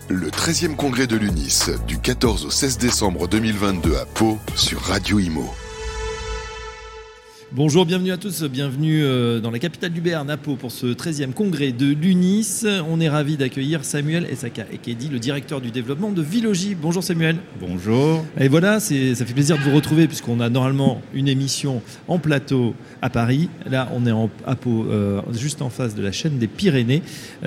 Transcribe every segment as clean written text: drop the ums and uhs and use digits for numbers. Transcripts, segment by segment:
Le 13e congrès de l'UNIS, du 14 au 16 décembre 2022 à Pau, sur Radio Imo. Bonjour, bienvenue à tous, bienvenue dans la capitale du Béarn, à Pau, pour ce 13e congrès de l'UNIS. On est ravis d'accueillir Samuel Essaka Ekedi, le directeur du développement de Vilogy. Bonjour Samuel. Bonjour. Et voilà, ça fait plaisir de vous retrouver puisqu'on a normalement une émission en plateau à Paris. Là, on est à Pau, juste en face de la chaîne des Pyrénées.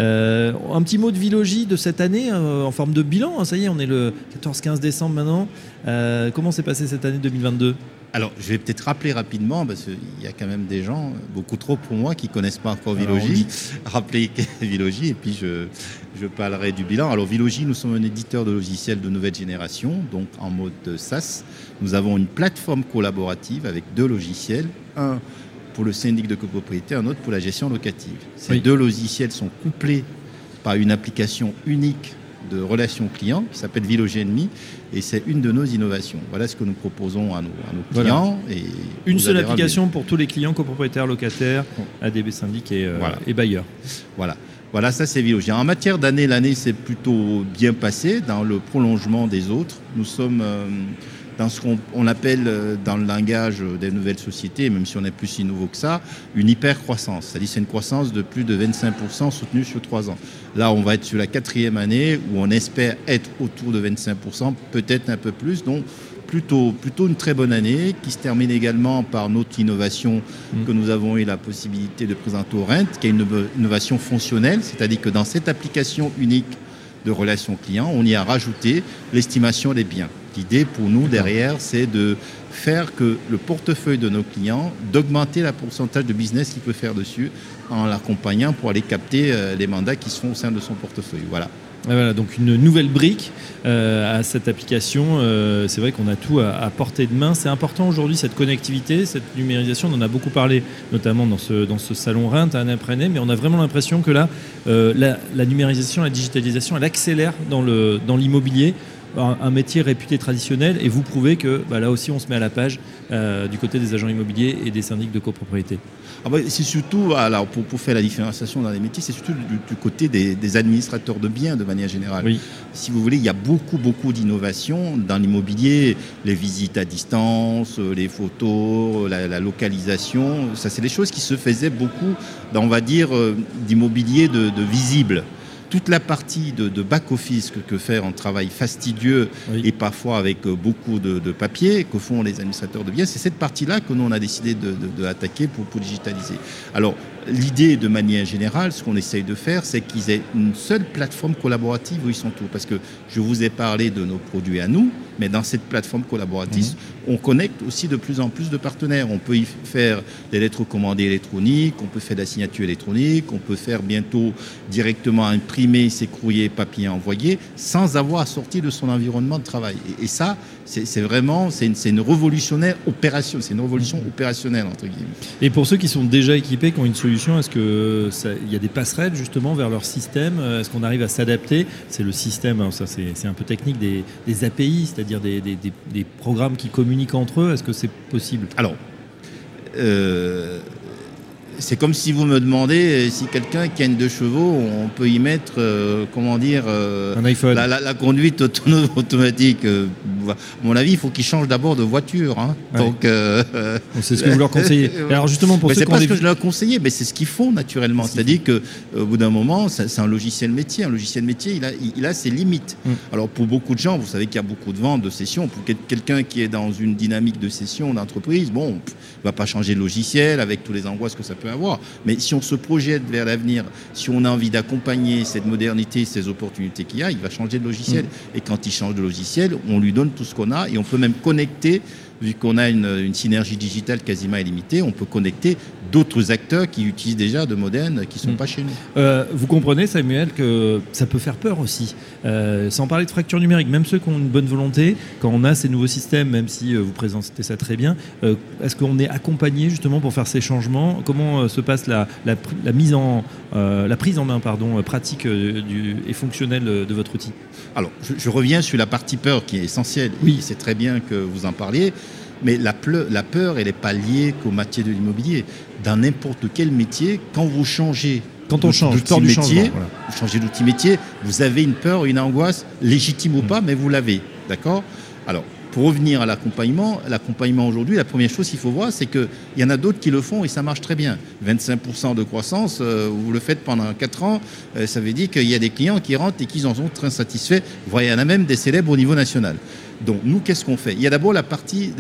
Un petit mot de Vilogy de cette année, en forme de bilan. Ça y est, on est le 14-15 décembre maintenant. Comment s'est passée cette année 2022 ? Alors, je vais peut-être rappeler rapidement, parce qu'il y a quand même des gens, beaucoup trop pour moi, qui ne connaissent pas encore Vilogy. Rappeler Vilogy, et puis je parlerai du bilan. Alors, Vilogy, nous sommes un éditeur de logiciels de nouvelle génération, donc en mode SaaS. Nous avons une plateforme collaborative avec 2 logiciels, un pour le syndic de copropriété, un autre pour la gestion locative. Ces 2 logiciels sont couplés par une application unique de relations clients qui s'appelle Vilogy &Me, et c'est une de nos innovations. Voilà ce que nous proposons à nos clients. Voilà. Et une seule application pour tous les clients, copropriétaires, locataires, ADB syndic et bailleurs. Voilà, ça c'est Vilogy. En matière d'année, l'année s'est plutôt bien passée dans le prolongement des autres. Nous sommes dans ce qu'on appelle dans le langage des nouvelles sociétés, même si on est plus si nouveau que ça, une hyper-croissance. C'est-à-dire c'est une croissance de plus de 25% soutenue sur 3 ans. Là, on va être sur la 4e année où on espère être autour de 25%, peut-être un peu plus. Donc, plutôt une très bonne année qui se termine également par notre innovation que nous avons eu la possibilité de présenter au RENT, qui est une innovation fonctionnelle, c'est-à-dire que dans cette application unique de relations clients, on y a rajouté l'estimation des biens. L'idée pour nous derrière, c'est de faire que le portefeuille de nos clients, d'augmenter le pourcentage de business qu'il peut faire dessus en l'accompagnant pour aller capter les mandats qui se font au sein de son portefeuille. Voilà, donc une nouvelle brique à cette application. C'est vrai qu'on a tout à portée de main. C'est important aujourd'hui, cette connectivité, cette numérisation. On en a beaucoup parlé, notamment dans ce salon RENT, année après année, mais on a vraiment l'impression que là, la numérisation, la digitalisation, elle accélère dans l'immobilier. Un métier réputé traditionnel, et vous prouvez que là aussi on se met à la page du côté des agents immobiliers et des syndics de copropriété. C'est surtout, alors pour faire la différenciation dans les métiers, c'est surtout du côté des administrateurs de biens de manière générale. Oui. Si vous voulez, il y a beaucoup d'innovations dans l'immobilier, les visites à distance, les photos, la localisation, ça c'est des choses qui se faisaient beaucoup dans, on va dire, d'immobilier de visible. Toute la partie de back-office que fait un travail fastidieux et parfois avec beaucoup de papier que font les administrateurs de biens, c'est cette partie-là que nous on a décidé de attaquer pour digitaliser. Alors, l'idée de manière générale, ce qu'on essaye de faire, c'est qu'ils aient une seule plateforme collaborative où ils sont tous. Parce que je vous ai parlé de nos produits à nous, mais dans cette plateforme collaborative, on connecte aussi de plus en plus de partenaires. On peut y faire des lettres commandées électroniques, on peut faire de la signature électronique, on peut faire bientôt directement imprimer ses courriers papier envoyés sans avoir à sortir de son environnement de travail. Et ça, c'est vraiment une révolutionnaire opération. C'est une révolution opérationnelle, entre guillemets. Et pour ceux qui sont déjà équipés, qui ont une solution, est-ce qu'il y a des passerelles justement vers leur système ? Est-ce qu'on arrive à s'adapter ? C'est le système, alors ça c'est un peu technique, des API, c'est-à-dire des programmes qui communiquent entre eux. Est-ce que c'est possible ? Alors, c'est comme si vous me demandez si quelqu'un qui a une 2 chevaux, on peut y mettre, un iPhone. La conduite autonome automatique. À mon avis, il faut qu'ils changent d'abord de voiture. Ouais. Donc, c'est ce que vous leur conseillez. Alors justement, pour c'est pas ce que je leur conseillais, mais c'est ce qu'ils font naturellement. C'est-à-dire qu'au bout d'un moment, c'est un logiciel métier. Un logiciel métier, il a ses limites. Alors pour beaucoup de gens, vous savez qu'il y a beaucoup de ventes de sessions. Pour quelqu'un qui est dans une dynamique de session d'entreprise, il va pas changer de logiciel avec tous les angoisses que ça peut avoir. Mais si on se projette vers l'avenir, si on a envie d'accompagner cette modernité, ces opportunités qu'il y a, il va changer de logiciel. Et quand il change de logiciel, on lui donne tout ce qu'on a et on peut même connecter, vu qu'on a une synergie digitale quasiment illimitée, on peut connecter d'autres acteurs qui utilisent déjà de modernes qui ne sont pas chez nous. Vous comprenez, Samuel, que ça peut faire peur aussi. Sans parler de fracture numérique, même ceux qui ont une bonne volonté, quand on a ces nouveaux systèmes, même si vous présentez ça très bien, est-ce qu'on est accompagné justement pour faire ces changements ? Comment se passe la prise en main pratique et fonctionnelle de votre outil ? Alors, je reviens sur la partie peur qui est essentielle. Oui. C'est très bien que vous en parliez. Mais la peur, elle n'est pas liée qu'au métier de l'immobilier. Dans n'importe quel métier, quand vous changez Quand on change, peur du changement. Voilà. Vous changez d'outil métier, vous avez une peur, une angoisse, légitime ou pas, mais vous l'avez. D'accord ? Alors, pour revenir à l'accompagnement aujourd'hui, la première chose qu'il faut voir, c'est qu'il y en a d'autres qui le font et ça marche très bien. 25% de croissance, vous le faites pendant 4 ans, ça veut dire qu'il y a des clients qui rentrent et qui en sont très satisfaits. Vous voyez, il y en a même des célèbres au niveau national. Donc, nous, qu'est-ce qu'on fait ? Il y a d'abord la partie,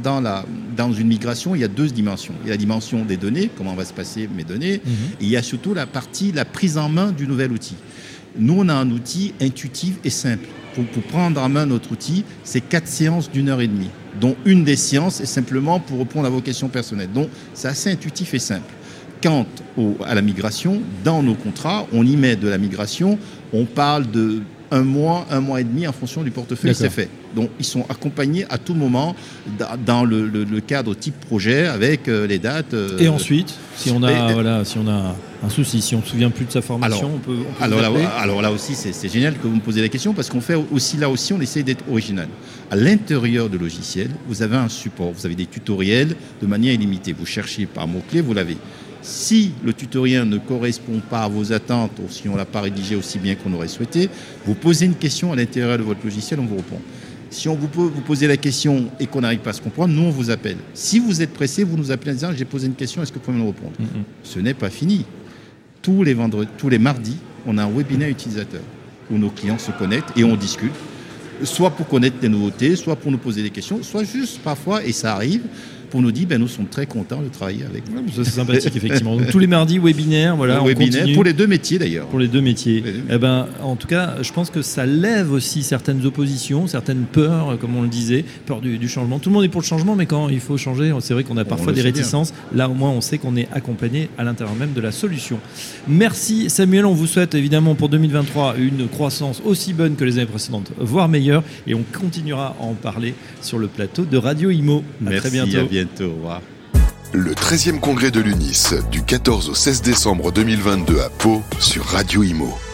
dans une migration, il y a 2 dimensions. Il y a la dimension des données, comment va se passer mes données, et il y a surtout la prise en main du nouvel outil. Nous, on a un outil intuitif et simple. Pour prendre en main notre outil, c'est 4 séances d'1h30, dont une des séances est simplement pour répondre à vos questions personnelles. Donc, c'est assez intuitif et simple. Quant à la migration, dans nos contrats, on y met de la migration, on parle de 1 mois, 1 mois et demi en fonction du portefeuille, c'est fait. Donc, ils sont accompagnés à tout moment dans le cadre type projet avec les dates. Et ensuite, si on a un souci, si on ne se souvient plus de sa formation, on peut alors là aussi, c'est génial que vous me posez la question parce qu'on fait aussi, là aussi, on essaie d'être original. À l'intérieur du logiciel, vous avez un support, vous avez des tutoriels de manière illimitée. Vous cherchez par mots-clés, vous l'avez. Si le tutoriel ne correspond pas à vos attentes ou si on ne l'a pas rédigé aussi bien qu'on aurait souhaité, vous posez une question à l'intérieur de votre logiciel, on vous répond. Si on vous posez la question et qu'on n'arrive pas à se comprendre, nous on vous appelle. Si vous êtes pressé, vous nous appelez en disant j'ai posé une question, est-ce que vous pouvez me répondre ? Ce n'est pas fini. Tous les mardis, on a un webinaire utilisateur où nos clients se connectent et on discute, soit pour connaître des nouveautés, soit pour nous poser des questions, soit juste parfois, et ça arrive, pour nous dire nous sommes très contents de travailler avec vous. Ça, c'est sympathique, effectivement. Donc, tous les mardis, webinaire, voilà, on continue. Pour les 2 métiers, d'ailleurs. Pour les 2 métiers. En tout cas, je pense que ça lève aussi certaines oppositions, certaines peurs, comme on le disait, peur du changement. Tout le monde est pour le changement, mais quand il faut changer, c'est vrai qu'on a parfois des réticences. Bien. Là, au moins, on sait qu'on est accompagné à l'intérieur même de la solution. Merci, Samuel. On vous souhaite, évidemment, pour 2023, une croissance aussi bonne que les années précédentes, voire meilleure. Et on continuera à en parler sur le plateau de Radio Imo. Merci, très bientôt. À bientôt. Au revoir. Le 13e congrès de l'UNIS, du 14 au 16 décembre 2022 à Pau, sur Radio Imo.